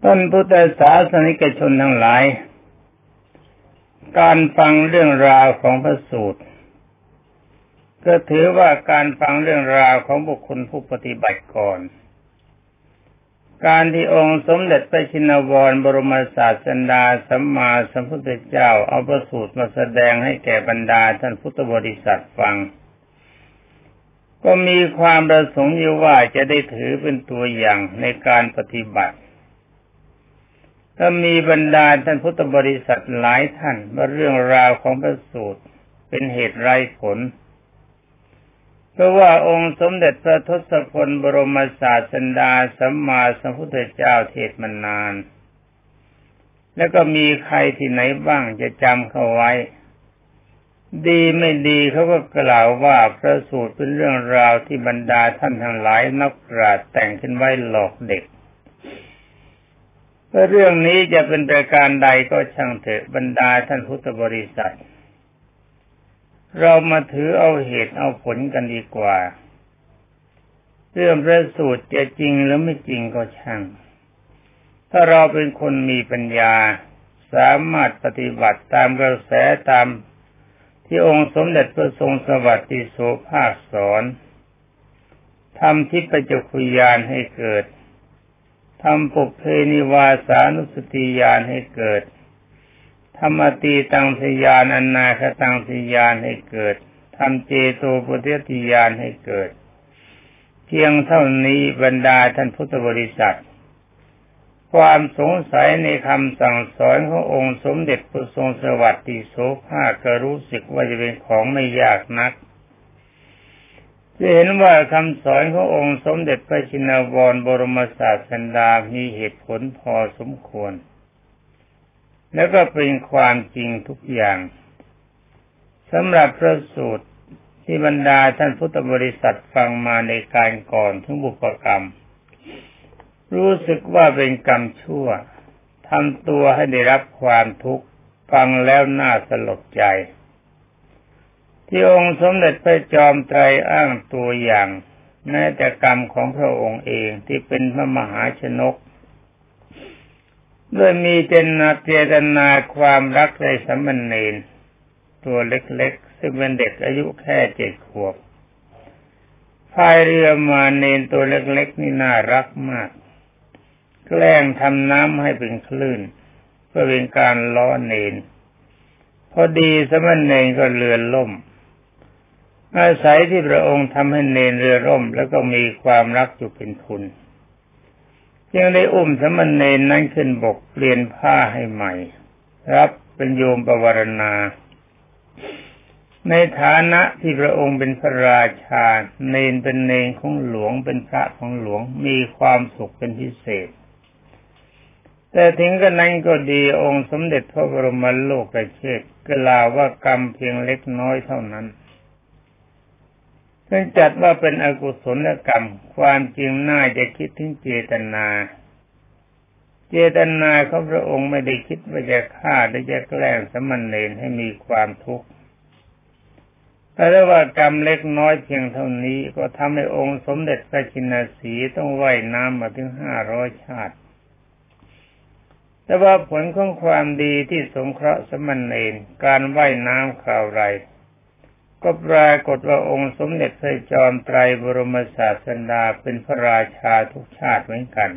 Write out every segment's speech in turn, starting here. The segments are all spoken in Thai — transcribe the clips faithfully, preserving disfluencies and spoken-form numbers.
ท่านพุทธศาสนิกชนทั้งหลายการฟังเรื่องราวของพระสูตรก็ถือว่าการฟังเรื่องราวของบุคคลผู้ปฏิบัติก่อนการที่องค์สมเด็จพระชินวรบรมศาสดาสัมมาสัมพุทธเจ้าเอาพระสูตรมาแสดงให้แก่บรรดาท่านพุทธบริษัทฟังก็มีความประสงค์อยู่ว่าจะได้ถือเป็นตัวอย่างในการปฏิบัติถ้ามีบรรดาท่านพุทธบริษัทหลายท่านว่าเรื่องราวของพระสูตรเป็นเหตุไร้ผลเพราะว่าองค์สมเด็จพระทศพลบรมศาสดาสัมมาสัมพุทธเจ้าเทศน์มานานแล้วก็มีใครที่ไหนบ้างจะจำเข้าไว้ดีไม่ดีเขาก็กล่าวว่าพระสูตรเป็นเรื่องราวที่บรรดาท่านทั้งหลายนักปราชญ์แต่งขึ้นไว้หลอกเด็กเรื่องนี้จะเป็นประการใดก็ช่างเถอะบรรดาท่านพุทธบริษัทเรามาถือเอาเหตุเอาผลกันดีกว่าเรื่องพระสูตรจะจริงหรือไม่จริงก็ช่างถ้าเราเป็นคนมีปัญญาสามารถปฏิบัติตามกระแสตามที่องค์สมเด็จพระทรงสวัสดิโสภาคสอนทำทิพจักขุญาณให้เกิดทำปุพเพนิวาสานุสติญาณให้เกิดทำอตีตังสญาณอนาคตังสญาณให้เกิดทำเจโตปุถุติญาณให้เกิดเพียงเท่านี้บรรดาท่านพุทธบริษัทความสงสัยในคำสั่งสอนขององค์สมเด็จพระทรงสวัสดิโสภาคก็รู้สึกว่าจะเป็นของไม่ยากนักจะเห็นว่าคำสอนขององค์สมเด็จพระชินวรบรมศาสดามีเหตุผลพอสมควรแล้วก็เป็นความจริงทุกอย่างสำหรับพระสูตรที่บรรดาท่านพุทธบริษัทฟังมาในการก่อนถึงบุพกรรมรู้สึกว่าเป็นกรรมชั่วทำตัวให้ได้รับความทุกข์ฟังแล้วน่าสลดใจที่องค์สมเด็จพระจอมไตรอ้างตัวอย่างแม้แต่กรรมของพระองค์เองที่เป็นพระมหาชนกด้วยมีเจตนาเจตนาความรักในสามเณรตัวเล็กๆซึ่งเป็นเด็กอายุแค่เจ็ดขวบพายเรือมาเณรตัวเล็กๆนี่น่ารักมากแกล้งทำน้ำให้เป็นคลื่นเพื่อเป็นการล้อเณรพอดีสามเณรก็เรือล่มอาศัยที่พระองค์ทำให้เณรเรือล่มแล้วก็มีความรักอยู่เป็นทุนจึงได้อุ้มสามเณรนั้นขึ้นบกเปลี่ยนผ้าให้ใหม่รับเป็นโยมปวารณาในฐานะที่พระองค์เป็นพระราชาเณรเป็นเณรของหลวงเป็นพระของหลวงมีความสุขเป็นพิเศษแต่ถึงกระนั้นก็ดีองค์สมเด็จพระบรมโลกเชษฐ์กล่าวว่ากรรมเพียงเล็กน้อยเท่านั้นซึ่งจัดว่าเป็นอกุศลกรรมความจริงน่าจะคิดถึงเจตนาเจตนาของพระองค์ไม่ได้คิดว่าจะฆ่าหรือจะแกล้งสามเณรให้มีความทุกข์แต่ว่ากรรมเล็กน้อยเพียงเท่านี้ก็ทำให้องค์สมเด็จพระชินสีห์ต้องว่ายน้ำมาถึงห้าร้อยชาติแต่ว่าผลของความดีที่สงเคราะห์สามเณรการว่ายน้ำคราวไรก็ปรากฏว่าองค์สมเด็จพระจอมไตรบรมศาสดาเป็นพระราชาทุกชาติเหมือนกัน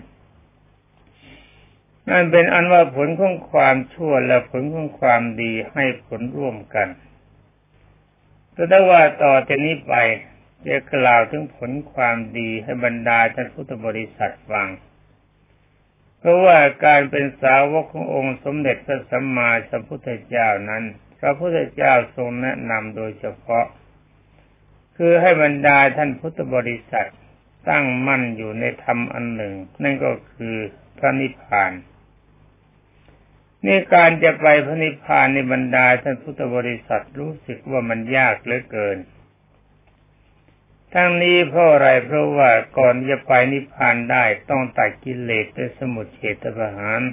นั่นเป็นอันว่าผลของความชั่วและผลของความดีให้ผลร่วมกันแต่ถ้าว่าต่อจากนี้ไปจะกล่าวถึงผลความดีให้บรรดาท่านพุทธบริษัทฟังเพราะว่าการเป็นสาวกขององค์สมเด็จพระสัมมาสัมพุทธเจ้านั้นพระพุทธเจ้าทรงแนะนำโดยเฉพาะคือให้บรรดาท่านพุทธบริษัทตั้งมั่นอยู่ในธรรมอันหนึ่งนั่นก็คือพระนิพพานนี่การจะไปพระนิพพานในบรรดาท่านพุทธบริษัทรู้สึกว่ามันยากเหลือเกินทั้งนี้เพราะอะไรเพราะว่าก่อนจะไปนิพพานได้ต้องตัดกิเลสด้วยสมุจเฉทประหาร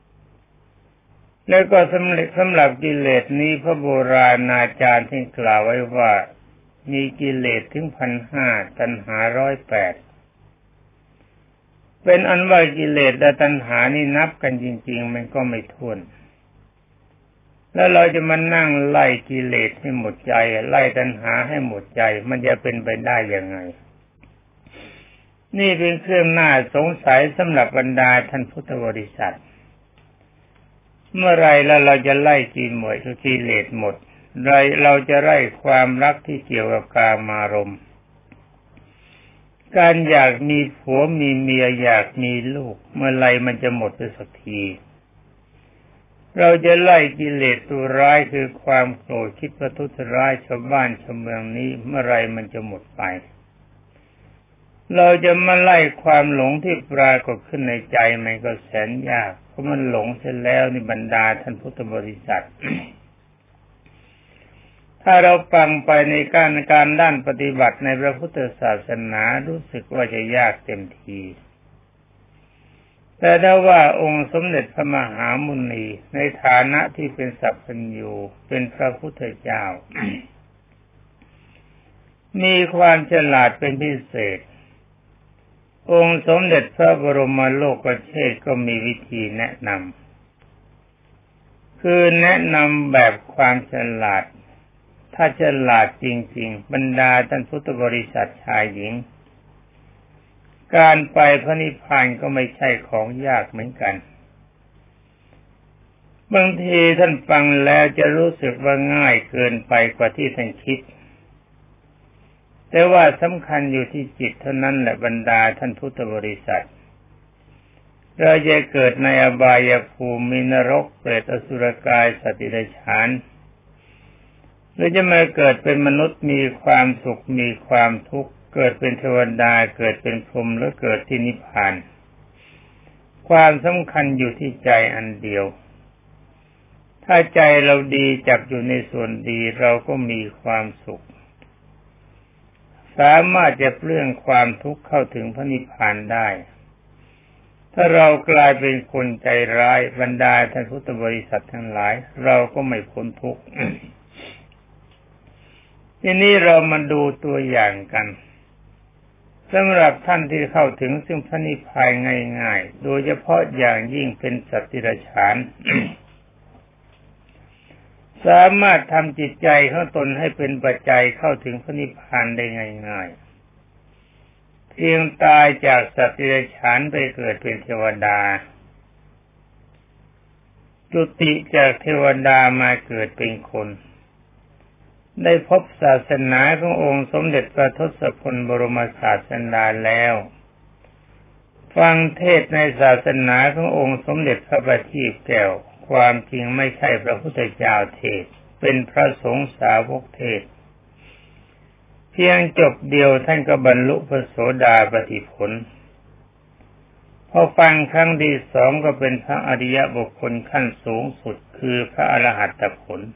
แล้วก็สำเร็จสำหรับกิเลสนี้พระโบราณอาจารย์ท่านกล่าวไว้ว่ามีกิเลสถึงพันห้าตัณหาร้อยแปดเป็นอันว่ากิเลสและตัณหานี่นับกันจริงๆมันก็ไม่ถ้วนแล้วเราจะมานั่งไล่กิเลสให้หมดใจไล่ตัณหาให้หมดใจมันจะเป็นไปได้ยังไงนี่เป็นเครื่องน่าสงสัยสำหรับบรรดาท่านพุทธบริษัทเมื่อไรแล้วเราจะไล่กิเลสกิเลสหมดไรเราจะไล่ความรักที่เกี่ยวกับกามารมณ์การอยากมีผัวมีเมียอยากมีลูกเมื่อไรมันจะหมดไปสักทีเราจะไล่กิเลสตัวร้ายคือความโกรธคิดประทุษร้ายชาวบ้านชาวเมืองนี้เมื่อไรมันจะหมดไปเราจะมาไล่ความหลงที่ปรากฏขึ้นในใจมันก็แสนยากเพราะมันหลงเสร็จแล้วในบรรดาท่านพุทธบริษัท ถ้าเราฟังไปในการการด้านปฏิบัติในพระพุทธศาสนารู้สึกว่าจะยากเต็มทีแต่ถ้าว่าองค์สมเด็จพระมหามุนีในฐานะที่เป็นสัพพัญญูเป็นพระพุทธเจ้า มีความฉลาดเป็นพิเศษองค์สมเด็จพระบรมโลกเชษฐ์ก็มีวิธีแนะนำคือแนะนำแบบความฉลาดถ้าฉลาดจริงๆบรรดาท่านพุทธบริษัทชายหญิงการไปพระนิพพานก็ไม่ใช่ของยากเหมือนกันบางทีท่านฟังแล้วจะรู้สึกว่าง่ายเกินไปกว่าที่ท่านคิดแต่ว่าสำคัญอยู่ที่จิตเท่านั้นแหละบรรดาท่านพุทธบริษัทเราจะเกิดในอบายภูมิมีนรกเปรตอสุรกายสัตว์เดรัจฉานหรือจะมาเกิดเป็นมนุษย์มีความสุขมีความทุกข์เกิดเป็นเทวดาเกิดเป็นพรหมหรือเกิดที่นิพพานความสำคัญอยู่ที่ใจอันเดียวถ้าใจเราดีจับอยู่ในส่วนดีเราก็มีความสุขสามารถจะเปลื้องความทุกข์เข้าถึงพระนิพพานได้ถ้าเรากลายเป็นคนใจร้ายบรรดาท่านพุทธบริษัททั้งหลายเราก็ไม่พ้นทุกข์ ทีนี้เรามาดูตัวอย่างกันสำหรับท่านที่เข้าถึงซึ่งพระนิพพานง่ายๆโดยเฉพาะอย่างยิ่งเป็นสัตว์เดรัจฉาน สามารถทำจิตใจของตนให้เป็นปัจจัยเข้าถึงพระนิพพานได้ง่ายๆเพียงตายจากสัตว์เดรัจฉานไปเกิดเป็นเทวดาจุติจากเทวดามาเกิดเป็นคนได้พบศาสนาขององค์สมเด็จพระทศพลบรมศาสดาแล้วฟังเทศในศาสนาขององค์สมเด็จพระบัณฑิตแก้วความจริงไม่ใช่พระพุทธเจ้าเทศเป็นพระสงฆ์สาวกเทศเพียงจบเดียวท่านก็บรรลุพระโสดาปัตติผลพอฟังครั้งที่สองก็เป็นพระอริยบุคคลขั้นสูงสุดคือพระอรหัตผล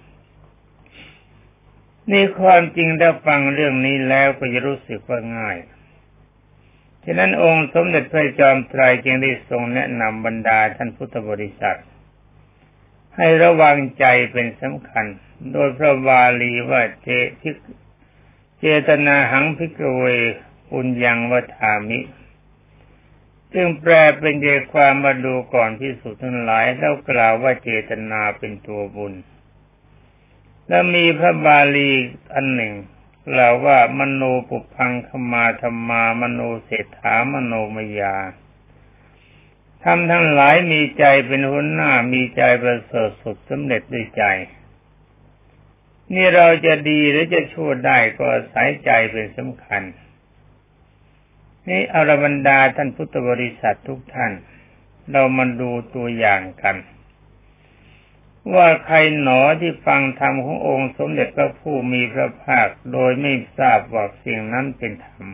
นี่ความจริงถ้าฟังเรื่องนี้แล้วก็จะรู้สึกว่าง่ายฉะนั้นองค์สมเด็จพระจอมไตรจึงได้ทรงแนะนำบรรดาท่านพุทธบริษัทให้ระวังใจเป็นสำคัญโดยพระบาลีว่าเจทิเจตนาหังภิกขเวปุญญังวัฏามิซึ่งแปลเป็นใจความมาดูก่อนภิกษุทั้งหลายแล้วกล่าวว่าเจตนาเป็นตัวบุญและมีพระบาลีอันหนึ่งกล่าวว่ามโนปุพังคมาธรรมามโนเศรษฐามโนมยาทำทั้งหลายมีใจเป็นหัวหน้ามีใจประเสริฐสุดสำเร็จด้วยใจนี่เราจะดีหรือจะชั่วได้ก็อาศัยใจเป็นสำคัญนี่อรบรรดาท่านพุทธบริษัททุกท่านเรามาดูตัวอย่างกันว่าใครหนอที่ฟังธรรมขององค์สมเด็จพระผู้มีพระภาคโดยไม่ทราบว่าสิ่งนั้นเป็นธรรม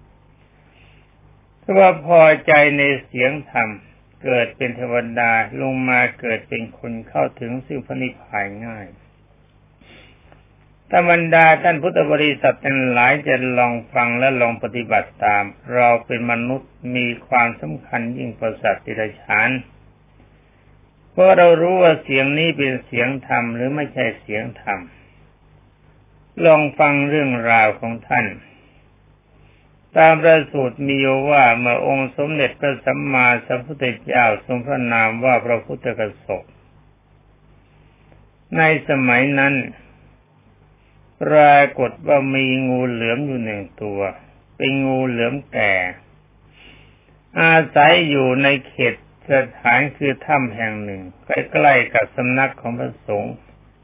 ถ้าว่าพอใจในเสียงธรรมเกิดเป็นเทวดาลงมาเกิดเป็นคนเข้าถึงซึ่งพระนิพพานง่ายถ้าบรรดาท่านพุทธบริษัททั้งหลายจะลองฟังและลองปฏิบัติตามเราเป็นมนุษย์มีความสำคัญยิ่งกว่าสัตว์เดรัจฉานเพราะเรารู้ว่าเสียงนี้เป็นเสียงธรรมหรือไม่ใช่เสียงธรรมลองฟังเรื่องราวของท่านตามประสูตรมีว่าเมื่อองค์สมเด็จพระสัมมาสัมพุทธเจ้าทรงพระนามว่าพระพุทธกสกในสมัยนั้นปรากฏว่ามีงูเหลือมอยู่หนึ่งตัวเป็นงูเหลือมแก่อาศัยอยู่ในเขตสถานคือถ้ำแห่งหนึ่งใกล้ๆกับสำนักของพระสงฆ์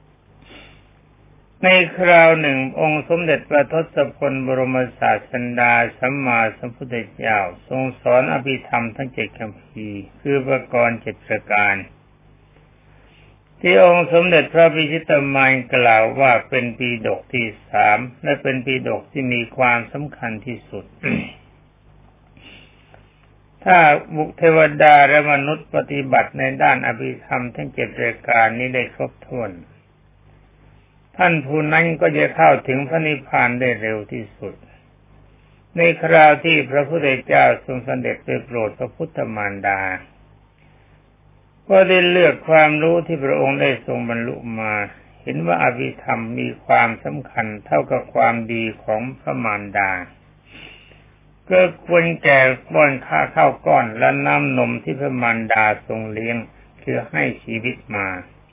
ในคราวหนึ่งองค์สมเด็จพระทศพลบรมศาสดาสัมมาสัมพุทธเจ้าทรงสอนอภิธรรมทั้งเจ็ดคำพีคือประกรณ์เจ็ดประการที่องค์สมเด็จพระพิชิตมารกล่าวว่าเป็นปีดกที่สามและเป็นปีดกที่มีความสำคัญที่สุด ถ้าบุคเทวดาและมนุษย์ปฏิบัติในด้านอภิธรรมทั้งเจ็ดประการนี้ได้ครบถ้วนท่านผู้นั้นก็จะเข้าถึงพระนิพพานได้เร็วที่สุดในคราวที่พระพุทธเจ้าทรงเสด็จไปโปรดพระพุทธมารดาก็ได้เลือกความรู้ที่พระองค์ได้ทรงบรรลุมาเห็นว่าอภิธรรมมีความสำคัญเท่ากับความดีของพระมารดาก็ควรแก่ป้อนข้าข้าวก้อนและน้ำนมที่พระมารดาทรงเลี้ยงคือให้ชีวิตมา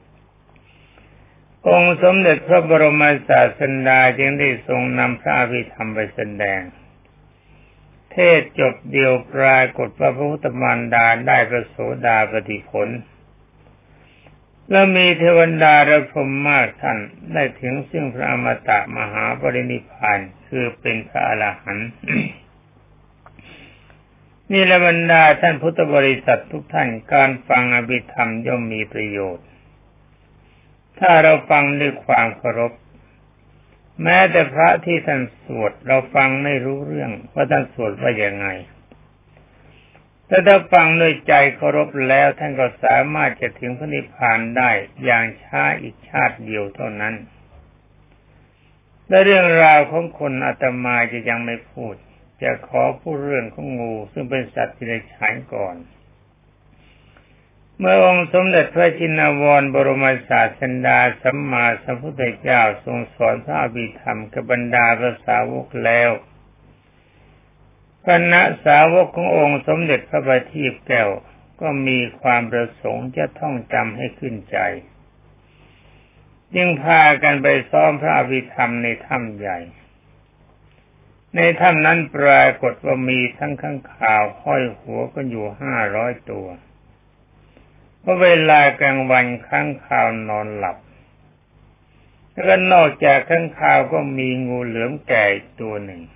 องค์สมเด็จพระบรมศาสดาจึงได้ทรงนำพระอภิธรรมไปแสดงเทศจบเดียวปรากฏว่าพระพุทธมารดาได้พระโสดาปัตติผลและมีเทวดาและพรหมมากท่านได้ถึงซึ่งพระอมตะมหาปรินิพพานคือเป็นพระอรหันต์ นี่ละบรรดาท่านพุทธบริษัททุกท่านการฟังอภิธรรมย่อมมีประโยชน์ถ้าเราฟังด้วยความเคารพแม้แต่พระที่ท่านสวดเราฟังไม่รู้เรื่องว่าท่านสวดว่าอย่างไงแต่ถ้าฟังด้วยใจเคารพแล้วท่านก็สามารถจะถึงพระนิพพานได้อย่างช้าอีกชาติเดียวเท่านั้นและเรื่องราวของคนอาตมาจะยังไม่พูดจะขอพูดเรื่องของงูซึ่งเป็นสัตว์ที่ได้ฉายก่อนเมื่อองค์สมเด็จพระจินวรบรมศาสดาสัมมาสัมพุทธเจ้าทรงสอนพระอภิธรรมกับบรรดาพระสาวกแล้วคณะสาวกขององค์สมเด็จพระบัณฑิตแก้วก็มีความประสงค์จะท่องจำให้ขึ้นใจจึงพากันไปซ้อมพระอภิธรรมในถ้ำใหญ่ในถ้ำนั้นปรากฏว่ามีทั้งข้างคาวห้อยหัวกันอยู่ห้าร้อยตัวเพราะเวลากลางวันข้างคาวนอนหลับแล้วก็นอกจากข้างคาวก็มีงูเหลือมแก่ตัวหนึ่ง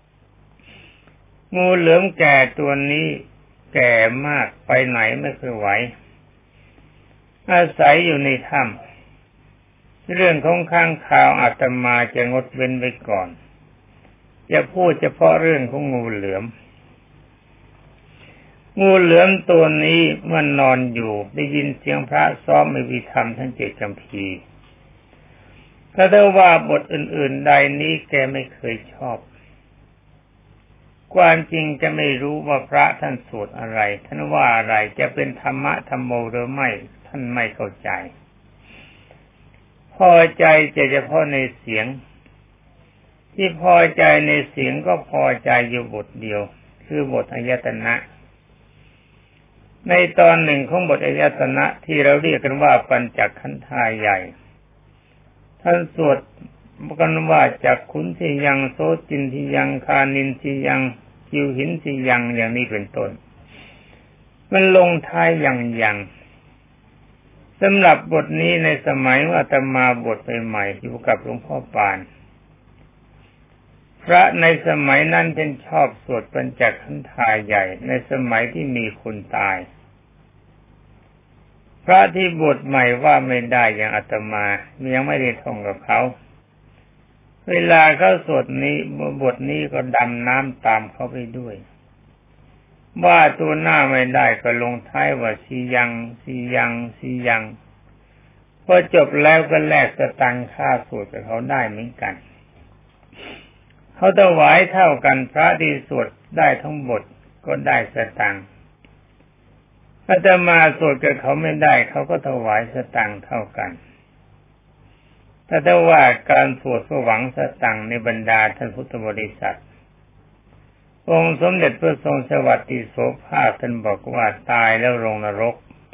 งูเหลือมแก่ตัวนี้แก่มากไปไหนไม่เคยไหวอาศัยอยู่ในถ้ำเรื่องของข้างคาวอาตมาจะงดเว้นไว้ก่อนจะพูดเฉพาะเรื่องของงูเหลือมงูเหลือมตัวนี้เมื่อนนอนอยู่ได้ยินเสียงพระซ้อมอภิธรรมทั้งเจ็ดคัมภีร์ถ้าได้ว่าบทอื่นๆใดนี้แกไม่เคยชอบความจริงจะไม่รู้ว่าพระท่านสวดอะไรท่านว่าอะไรจะเป็นธรรมะธรรมโมหรือไม่ท่านไม่เข้าใจพอใจจะเฉพาะในเสียงที่พอใจในเสียงก็พอใจอยู่บทเดียวคือบทอายตนะในตอนหนึ่งของบทอายตนะที่เราเรียกกันว่าปัญจขันธาใหญ่ท่านสวดกันว่าจักขุนทิยังโสจินทิยังคานินทิยังคิวหินทิยังอย่างนี้เป็นต้นมันลงท้ายอย่างอย่างสำหรับบทนี้ในสมัยอาตมาบทใหม่ๆอยู่กับหลวงพ่อปานพระในสมัยนั้นเป็นชอบสวดปัญจขันธาใหญ่ในสมัยที่มีคนตายพระที่บวชใหม่ว่าไม่ได้อย่างอาตมายังไม่ได้ท่องกับเขาเวลาเขาสวดนี้บทนี้ก็ดำน้ำตามเขาไปด้วยว่าตัวหน้าไม่ได้ก็ลงท้ายว่าสียังสียังสียังพอจบแล้วก็แลกสตังค์ค่าสวดกับเขาได้เหมือนกันเขาถวายเท่ากันพระที่สวดได้ทั้งบทก็ได้สตังค์อาตมาสวดกับเขาไม่ได้เขาก็ถวายสตังค์เท่ากันแต่ถ้าว่าการสวดเพื่อหวังสตังค์ในบรรดาท่านพุทธบริษัทองค์สมเด็จพระทรงสวัสดิโสภาคท่านบอกว่าตายแล้วลงนรก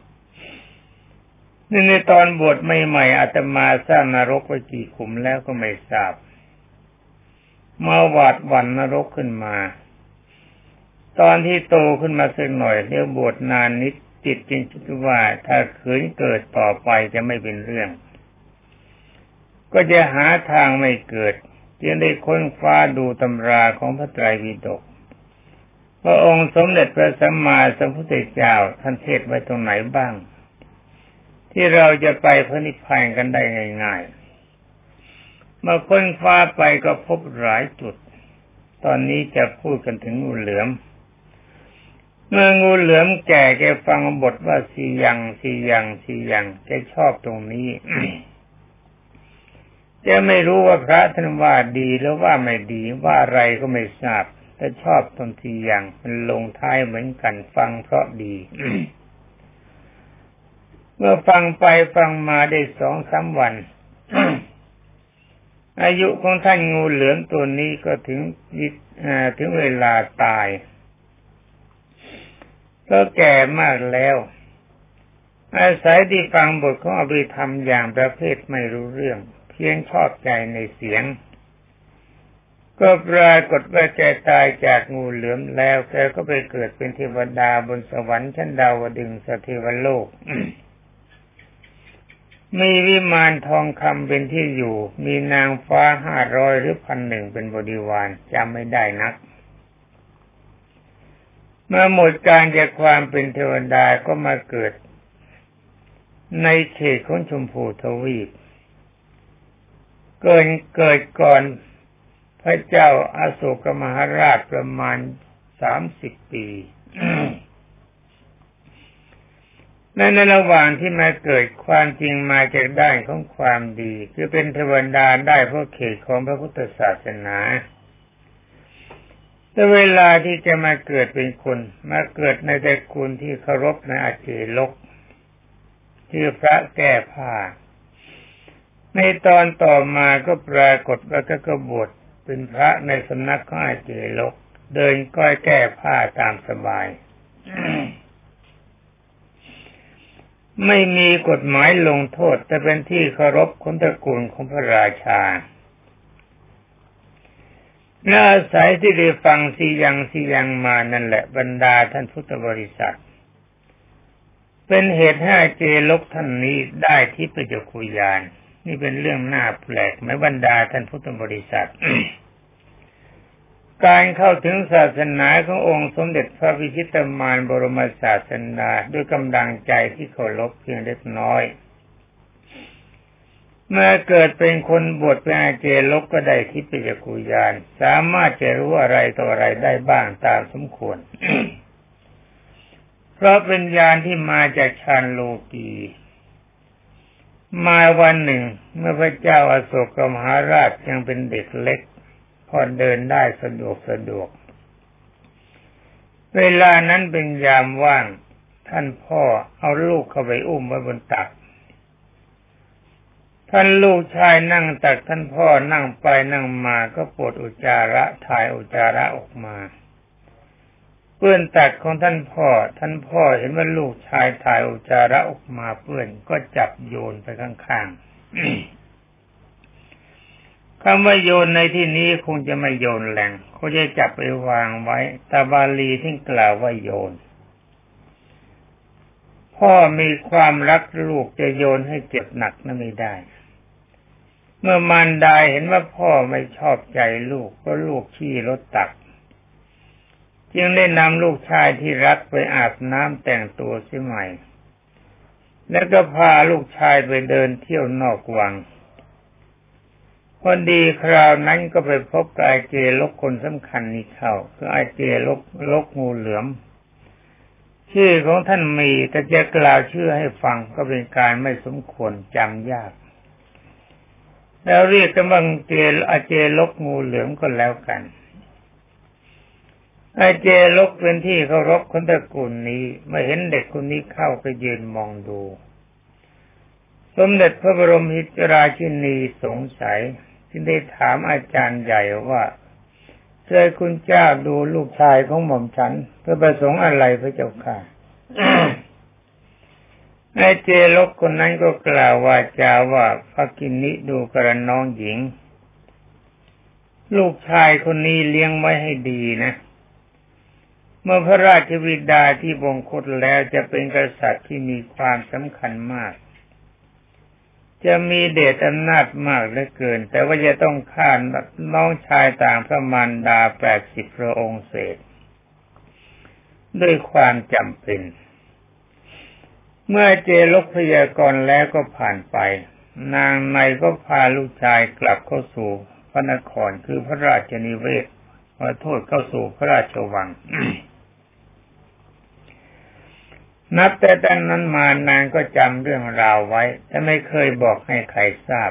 นี่ในตอนบวชใหม่ๆอาตมาสร้างนรกไว้กี่ขุมแล้วก็ไม่ทราบมาหวาดหวั่นนรกขึ้นมาตอนที่โตขึ้นมาสักหน่อยเรียกบวชนานนิดจิตจึงคิดว่าถ้าขืนเกิดต่อไปจะไม่เป็นเรื่องก็จะหาทางไม่เกิดจึงได้ค้นคว้าดูตำราของพระไตรปิฎกพระองค์สมเด็จพระสัมมาสัมพุทธเจ้าท่านเทศน์ไว้ตรงไหนบ้างที่เราจะไปพระนิพพานกันได้ง่ายๆเมื่อค้นคว้าไปก็พบหลายจุดตอนนี้จะพูดกันถึงงูเหลือมเมื่องูเหลือมแก่แกฟังบทว่าสียังสียังสียังแกชอบตรงนี้ จะไม่รู้ว่าพระท่านว่าดีหรือว่าไม่ดีว่าอะไรก็ไม่ทราบแต่ชอบตรงสียังมันลงท้ายเหมือนกันฟังเพราะดี เมื่อฟังไปฟังมาได้สองสามวัน อายุของท่านงูเหลือมตัวนี้ก็ถึงถึงเวลาตายก็แก่มากแล้วอาศัยที่ฟังบทของอภิธรรมอย่างประเภทไม่รู้เรื่องเพียงชอบใจในเสียงก็ปรากฏว่าแกตายจากงูเหลือมแล้วแกก็ไปเกิดเป็นเทวดาบนสวรรค์ชั้นดาวดึงส์สเทวโลก มีวิมานทองคำเป็นที่อยู่มีนางฟ้าห้าร้อยหรือพันหนึ่งเป็นบริวารจำไม่ได้นักเมื่อหมดการจากความเป็นเทวดาก็มาเกิดในเขตของชมพูทวีปเกิดเกิดก่อนพระเจ้าอโศกมหาราชประมาณสามสิบปี และในระหว่างที่มาเกิดความจริงมาจากด้านของความดีคือเป็นเทวดาได้เพราะเขตของพระพุทธศาสนาแต่เวลาที่จะมาเกิดเป็นคนมาเกิดในตระกูลที่เคารพในอาเจลกชื่อพระแก้ผ้าในตอนต่อมาก็ปรากฏว่าก็กบฏเป็นพระในสำนักของอาเจลกเดินก้อยแก้ผ้าตามสบาย ไม่มีกฎหมายลงโทษแต่เป็นที่เคารพของตระกูลของพระราชาและอาศัยที่ได้ฟังสียังสียังมานั่นแหละบรรดาท่านพุทธบริษัทเป็นเหตุให้เจลกท่านนี้ได้ทิพยจักขุญาณนี่เป็นเรื่องน่าแปลกไหมบรรดาท่านพุทธบริษัท การเข้าถึงศาสนาขององค์สมเด็จพระวิชิตมารบรมศาสดาด้วยกำลังใจที่เคารพเพียงเล็กน้อยเมื่อเกิดเป็นคนบวชเป็นอาเจลกก็ได้ทิพยจักขุญาณสามารถจะรู้อะไรต่ออะไรได้บ้างตามสมควร เพราะเป็นญาณที่มาจากฌานโลกีมาวันหนึ่งเมื่อพระเจ้าอโศกมหาราชยังเป็นเด็กเล็กพอเดินได้สะดวกสะดวกเวลานั้นเป็นยามว่างท่านพ่อเอาลูกเข้าไปอุ้มไว้บนตักท่านลูกชายนั่งตักท่านพ่อนั่งไปนั่งมาก็ปวดอุจจาระถ่ายอุจจาระออกมาเปื้อนตักของท่านพ่อท่านพ่อเห็นว่าลูกชายถ่ายอุจจาระออกมาเปื้อนก็จับโยนไปข้างๆ คำว่าโยนในที่นี้คงจะไม่โยนแรงเขาจะจับไปวางไว้แต่บาลีที่กล่าวว่าโยนพ่อมีความรักลูกจะโยนให้เจ็บหนักนั้นไม่ได้เมื่อมารดาเห็นว่าพ่อไม่ชอบใจลูกก็ลูกขี้รถตักจึงได้นำลูกชายที่รักไปอาบน้ำแต่งตัวเสียใหม่แล้วก็พาลูกชายไปเดินเที่ยวนอกวังพอดีคราวนั้นก็ไปพบกับไอเจลกคนสำคัญนี้เข้าคือไอเจลกลกงูเหลือมชื่อของท่านมีแต่จะกล่าวชื่อให้ฟังก็เป็นการไม่สมควรจำยากแล้วเรียกกันว่าเจลไอเจลกงูเหลือมก็แล้วกันไอเจลกเป็นที่เคารพของตระกูลนี้เมื่อเห็นเด็กคนนี้เข้าก็ยืนมองดูสมเด็จพระบรมราชินีสงสัยจึงได้ถามอาจารย์ใหญ่ว่าเจ้าคุณเจ้าดูลูกชายของหม่อมฉันเพื่อประสงค์อะไรพระเจ้าค่ะ ไอ้เจลกคนนั้นก็กล่าวว่าจาว่าพระกินนิดูกระน้องหญิงลูกชายคนนี้เลี้ยงไว้ให้ดีนะเมื่อพระราชบิดาที่บงคตแล้วจะเป็นกษัตริย์ที่มีความสำคัญมากจะมีเดชอำนาจมากเหลือเกินแต่ว่าจะต้องฆ่าน้องชายต่างพระมารดาแปดสิบพระองค์เศษด้วยความจำเป็นเมื่อเจลกพยากรณ์แล้วก็ผ่านไปนางในก็พาลูกชายกลับเข้าสู่พระนครคือพระราชนิเวศขอโทษเข้าสู่พระราชวัง นับแต่ตอนนั้นมานางก็จำเรื่องราวไว้แต่ไม่เคยบอกให้ใครทราบ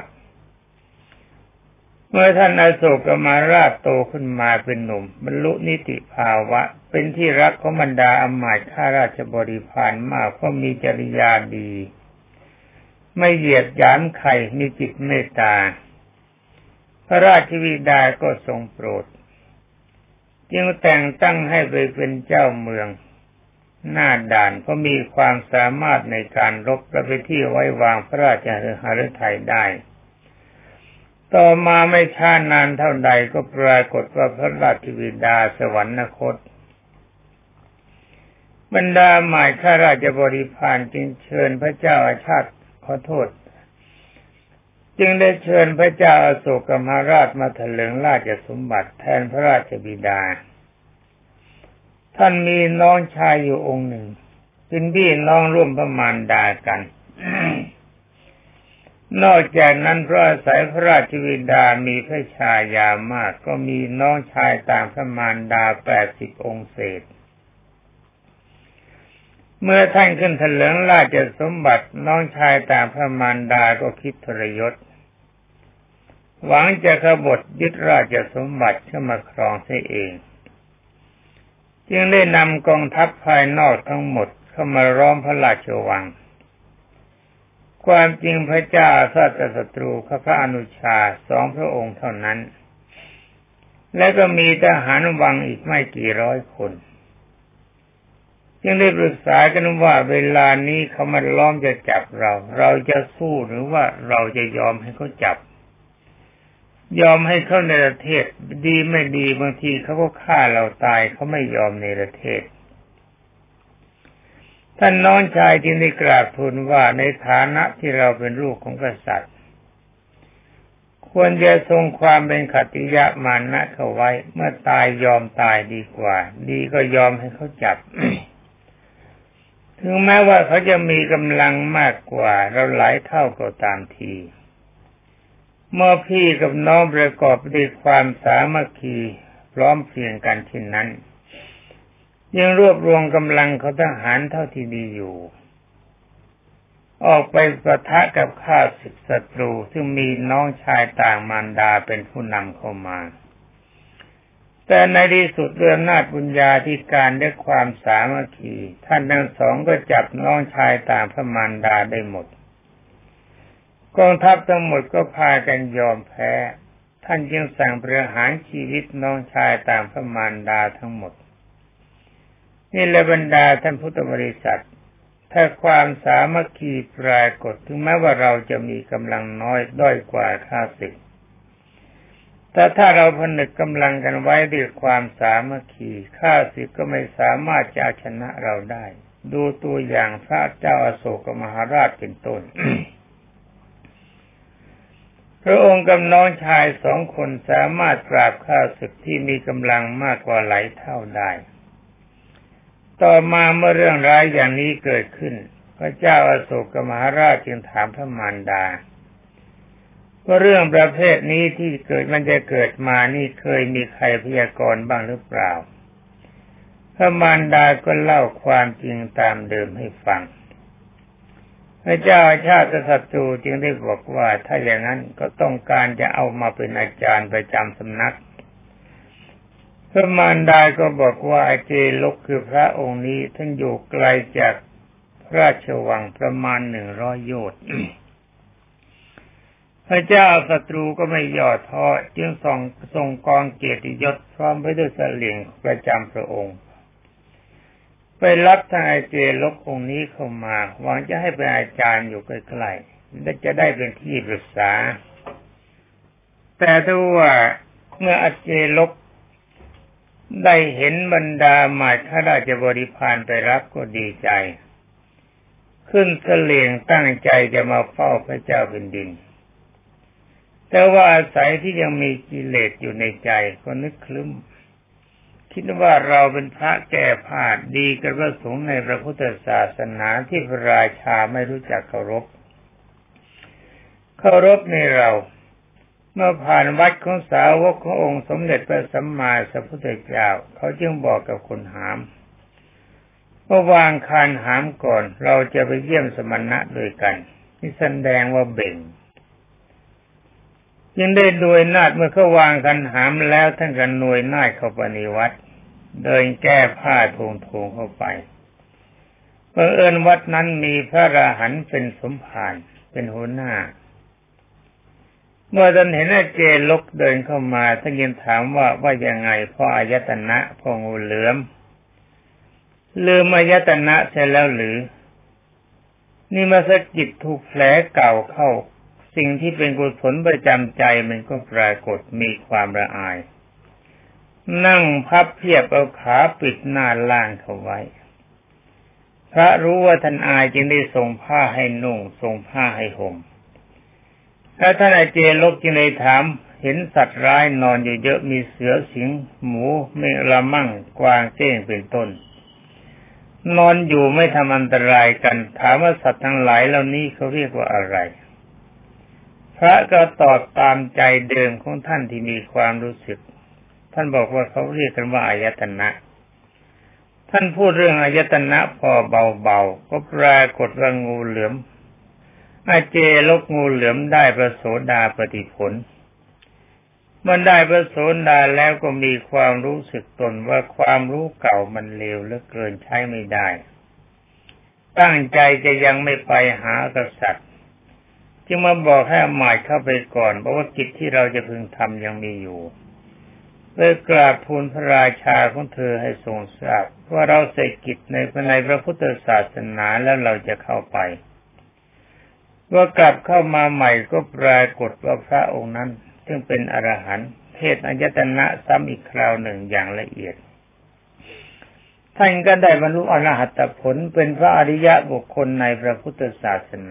เมื่อท่านอโศกมาราชโตขึ้นมาเป็นหนุ่มบรรลุนิติภาวะเป็นที่รักของบรรดาอำมาตย์ข้าราชบริพารมากเพราะมีจริยาดีไม่เหยียดหยามใครมีจิตเมตตาพระราชบิดาก็ทรงโปรดจึงแต่งตั้งให้ไปเป็นเจ้าเมืองหน้าด่านเพราะมีความสามารถในการรบและเป็นที่ไว้วางพระราชหฤทัยได้ต่อมาไม่ช้านานเท่าใดก็ปรากฏว่าพระราชบิดาสวรรคตบรรดาหมายข้าราชบริพารจึงเชิญพระเจ้าอาชาติขอโทษจึงได้เชิญพระเจ้าอโศกมหาราชมาถลิงราชสมบัติแทนพระราชบิดาท่านมีน้องชายอยู่องค์หนึ่งเป็นพี่น้องร่วมพระมารดากัน นอกจากนั้นเพราะอาศัยพระราชบิดามีพระชายามากก็มีน้องชายต่างพระมารดาแปดสิบองค์เศษเมื่อท่านขึ้นถลิงราชสมบัติน้องชายต่างพระมารดาก็คิดทรยศหวังจะขบฏยึดราชสมบัติเข้ามาครองเสียเองจึงได้นำกองทัพภายนอกทั้งหมดเข้ามาล้อมพระราชวังความจริงพระเจ้าศาสตรศัตรูพระอนุชาสองพระองค์เท่านั้นและก็มีทหารวังอีกไม่กี่ร้อยคนจึงได้ปรึกษากันว่าเวลานี้เขามาล้อมจะจับเราเราจะสู้หรือว่าเราจะยอมให้เขาจับยอมให้เขาในประเทศดีไม่ดีบางทีเขาก็ฆ่าเราตายเขาไม่ยอมในประเทศท่านน้องชายจึงได้กราบทูลว่าในฐานะที่เราเป็นลูกของกษัตริย์ควรจะทรงความเป็นขัตติยะมานะเข้าไว้เมื่อตายยอมตายดีกว่าดีก็ยอมให้เขาจับ ถึงแม้ว่าเขาจะมีกำลังมากกว่าเราหลายเท่าก็ตามทีเมื่อพี่กับน้องประกอบด้วยความสามัคคีพร้อมเพรียงกันเช่นนั้นยังรวบรวมกำลังของทหารเท่าที่มีอยู่ออกไปปะทะกับข้าศึกศัตรูซึ่งมีน้องชายต่างมารดาเป็นผู้นำเข้ามาแต่ในที่สุดด้วยอำนาจบุญญาธิการและความสามัคคีท่านทั้งสองก็จับน้องชายต่างพระมารดาได้หมดกองทัพทั้งหมดก็พากันยอมแพ้ท่านจึงสั่งประหารชีวิตน้องชายต่างพระมารดาทั้งหมดนี่แหละบรรดาท่านพุทธบริษัทถ้าความสามัคคีปรากฏถึงแม้ว่าเราจะมีกำลังน้อยด้อยกว่าข้าศึกแต่ถ้าเราผนึกกำลังกันไว้ด้วยความสามัคคีข้าศึกก็ไม่สามารถจะชนะเราได้ดูตัวอย่างพระเจ้าอโศกมหาราชเป็นต้น พระองค์กับน้องชายสองคนสามารถปราบข้าศึกที่มีกำลังมากกว่าหลายเท่าได้ต่อมาเมื่อเรื่องร้ายอย่างนี้เกิดขึ้นพระเจ้าอโศกมหาราชจึงถามพระมารดาว่าเรื่องประเภทนี้ที่เกิดมันจะเกิดมานี่เคยมีใครพยากรณ์บ้างหรือเปล่าพระมารดาก็เล่าความจริงตามเดิมให้ฟังพระเจ้าชาติศัตรูจึงได้บอกว่าถ้าอย่างนั้นก็ต้องการจะเอามาเป็นอาจารย์ประจำสำนักพระมารดาก็บอกว่าเจลกคือพระองค์นี้ท่านอยู่ไกลจากพระราชวังประมาณหนึ่งร้อยโยชน์พระเจ้าศัตรูก็ไม่ย่อท้อจึงส่งส่งกองเกียรติยศพร้อมไปด้วยเสลี่ยงประจำพระองค์ไปรับท่านอาเจลกองค์นี้เข้ามาหวังจะให้เป็นอาจารย์อยู่ใกล้ๆและจะได้เป็นที่ปรึกษาแต่ถ้าว่าเมื่ออาเจลกได้เห็นบรรดาหมายข้าราชบริพารไปรับก็ดีใจขึ้นเสลี่ยงตั้งใจจะมาเฝ้าพระเจ้าแผ่นดินแต่ว่าอาศัยที่ยังมีกิเลสอยู่ในใจก็นึกคลึ้มคิดว่าเราเป็นพระแก้ผ้าดีกับพระสงฆ์ในพระพุทธศาสนาที่พระราชาไม่รู้จักเคารพเคารพในเราเมื่อผ่านวัดของสาวกขององค์สมเด็จพระสัมมาสัมพุทธเจ้าเขาจึงบอกกับคนหามว่าวางคานหามก่อนเราจะไปเยี่ยมสมณะด้วยกันนี่แสดงว่าเบ่งยังได้โดยนาฏเมื่อเขาวางคานหามแล้วท่านก็หน่วยนาฏเข้าไปในวัดเดินแก้ผ้าทงทงเข้าไปบังเอิญวัดนั้นมีพระอรหันต์เป็นสมภารเป็นหัวหน้าเมื่อท่านเห็นอาเจลกเดินเข้ามาท่านยังถามว่าว่ายังไงพ่ออายตนะพ่องูเหลือมลืมอายตนะเสร็จแล้วหรือนี่มาสะกิดถูกแผลเก่าเข้าสิ่งที่เป็นกุศลประจำใจมันก็ปรากฏมีความละอายนั่งพับเพียบเอาขาปิดหน้าล่างเขาไว้พระรู้ว่าท่านอายจึงได้ส่งผ้าให้นุ่งส่งผ้าให้ห่มถ้าท่านอาเจลกจึงได้ถามเห็นสัตว์ร้ายนอนอยู่เยอะมีเสือสิงหมูเมละมั่งกวางเก้งเป็นต้นนอนอยู่ไม่ทำอันตรายกันถามว่าสัตว์ทั้งหลายเหล่านี้เขาเรียกว่าอะไรพระก็ตอบตามใจเดิมของท่านที่มีความรู้สึกท่านบอกว่าเขาเรียกกันว่าอายตนะท่านพูดเรื่องอายตนะพอเบาๆก็ปรากฏว่างูเหลือมอาเจลกงูเหลือมได้พระโสดาปัตติผลเมื่อได้พระโสดาแล้วก็มีความรู้สึกตนว่าความรู้เก่ามันเลวเหลือเกินใช้ไม่ได้ตั้งใจจะยังไม่ไปหากษัตริย์จึงมาบอกให้อมาตย์เข้าไปก่อนเพราะว่ากิจที่เราจะพึงทำยังมีอยู่เลยกราบทูลพระราชาของเธอให้ทรงทราบว่าเราเสร็จกิจในในพระพุทธศาสนาแล้วเราจะเข้าไปว่ากลับเข้ามาใหม่ก็ปรากฏว่าพระองค์นั้นซึ่งเป็นอรหันต์เทศอายตนะซ้ำอีกคราวหนึ่งอย่างละเอียดท่านก็ได้บรรลุอรหัตผลเป็นพระอริยะบุคคลในพระพุทธศาสนา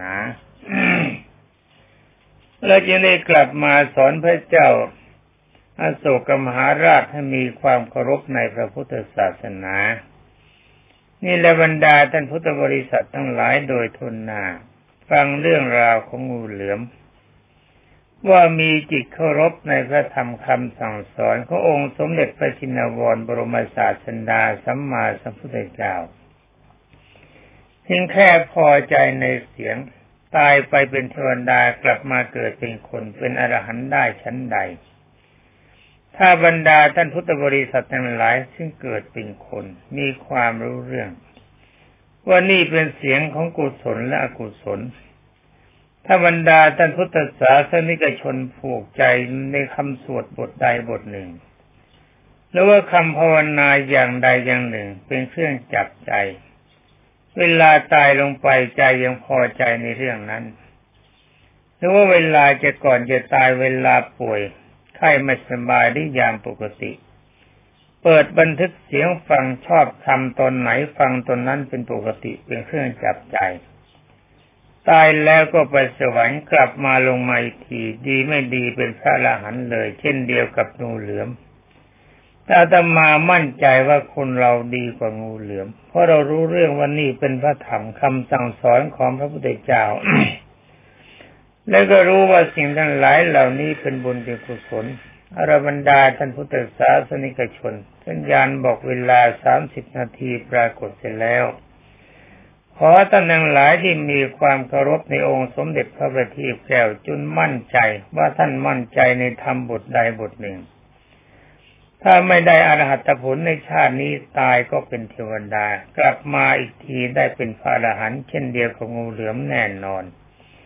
แล้วจึงได้กลับมาสอนพระเจ้าอโศกมหาราชให้มีความเคารพในพระพุทธศาสนานี่แหละบรรดาท่านพุทธบริษัททั้งหลายโดยทุนหน้าฟังเรื่องราวของงูเหลือมว่ามีจิตเคารพในพระธรรมคำสั่งสอนขององค์สมเด็จพระชินวรบรมศาสดาสัมมาสัมพุทธเจ้าเพียงแค่พอใจในเสียงตายไปเป็นเทวดากลับมาเกิดเป็นคนเป็นอรหันต์ได้ชั้นใดถ้าบรรดาท่านพุทธบริษัททั้งหลายซึ่งเกิดเป็นคนมีความรู้เรื่องว่านี่เป็นเสียงของกุศลและอกุศลถ้าบรรดาท่านพุทธศาสนิกชนผูกใจในคำสวดบทใดบทหนึ่งหรือว่าคำภาวนาอย่างใดอย่างหนึ่งเป็นเครื่องจับใจเวลาตายลงไปใจยังพอใจในเรื่องนั้นหรือว่าเวลาจะก่อนจะตายเวลาป่วยไข้ไม่สบายได้อย่างปกติเปิดบันทึกเสียงฟังชอบทำตนไหนฟังตนนั้นเป็นปกติเป็นเครื่องจับใจตายแล้วก็ไปสวรรค์กลับมาลงมาอีกทีดีไม่ดีเป็นพระอรหันต์เลยเช่นเดียวกับงูเหลือมแต่อาตมามั่นใจว่าคนเราดีกว่างูเหลือมเพราะเรารู้เรื่องว่านี่เป็นพระธรรมคำสั่งสอนของพระพุทธเจ้า แล้วก็รู้ว่าสิ่งทั้งหลายเหล่านี้เป็นบุญเป็นกุศลอรบรรดาท่านพุทธศาสนิกชนสัญญาณบอกเวลาสามสิบนาทีปรากฏเสร็จแล้วขอท่านทั้งหลายที่มีความเคารพในองค์สมเด็จพระบัณฑิตแก้วจนมั่นใจว่าท่านมั่นใจในธรรมบทใดบทหนึ่งถ้าไม่ได้อรหัตผลในชาตินี้ตายก็เป็นเทวดากลับมาอีกทีได้เป็นพระอรหันต์เช่นเดียวกับงูเหลือมแน่นอน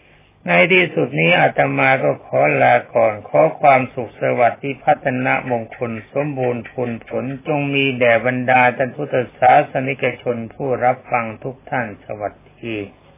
ในที่สุดนี้อาตมาก็ขอลาก่อนขอความสุขสวัสดิ์พัฒนามงคลสมบูรณ์ผลผลจงมีแด่บรรดาท่านพุทธศาสนิกชนผู้รับฟังทุกท่านสวัสดี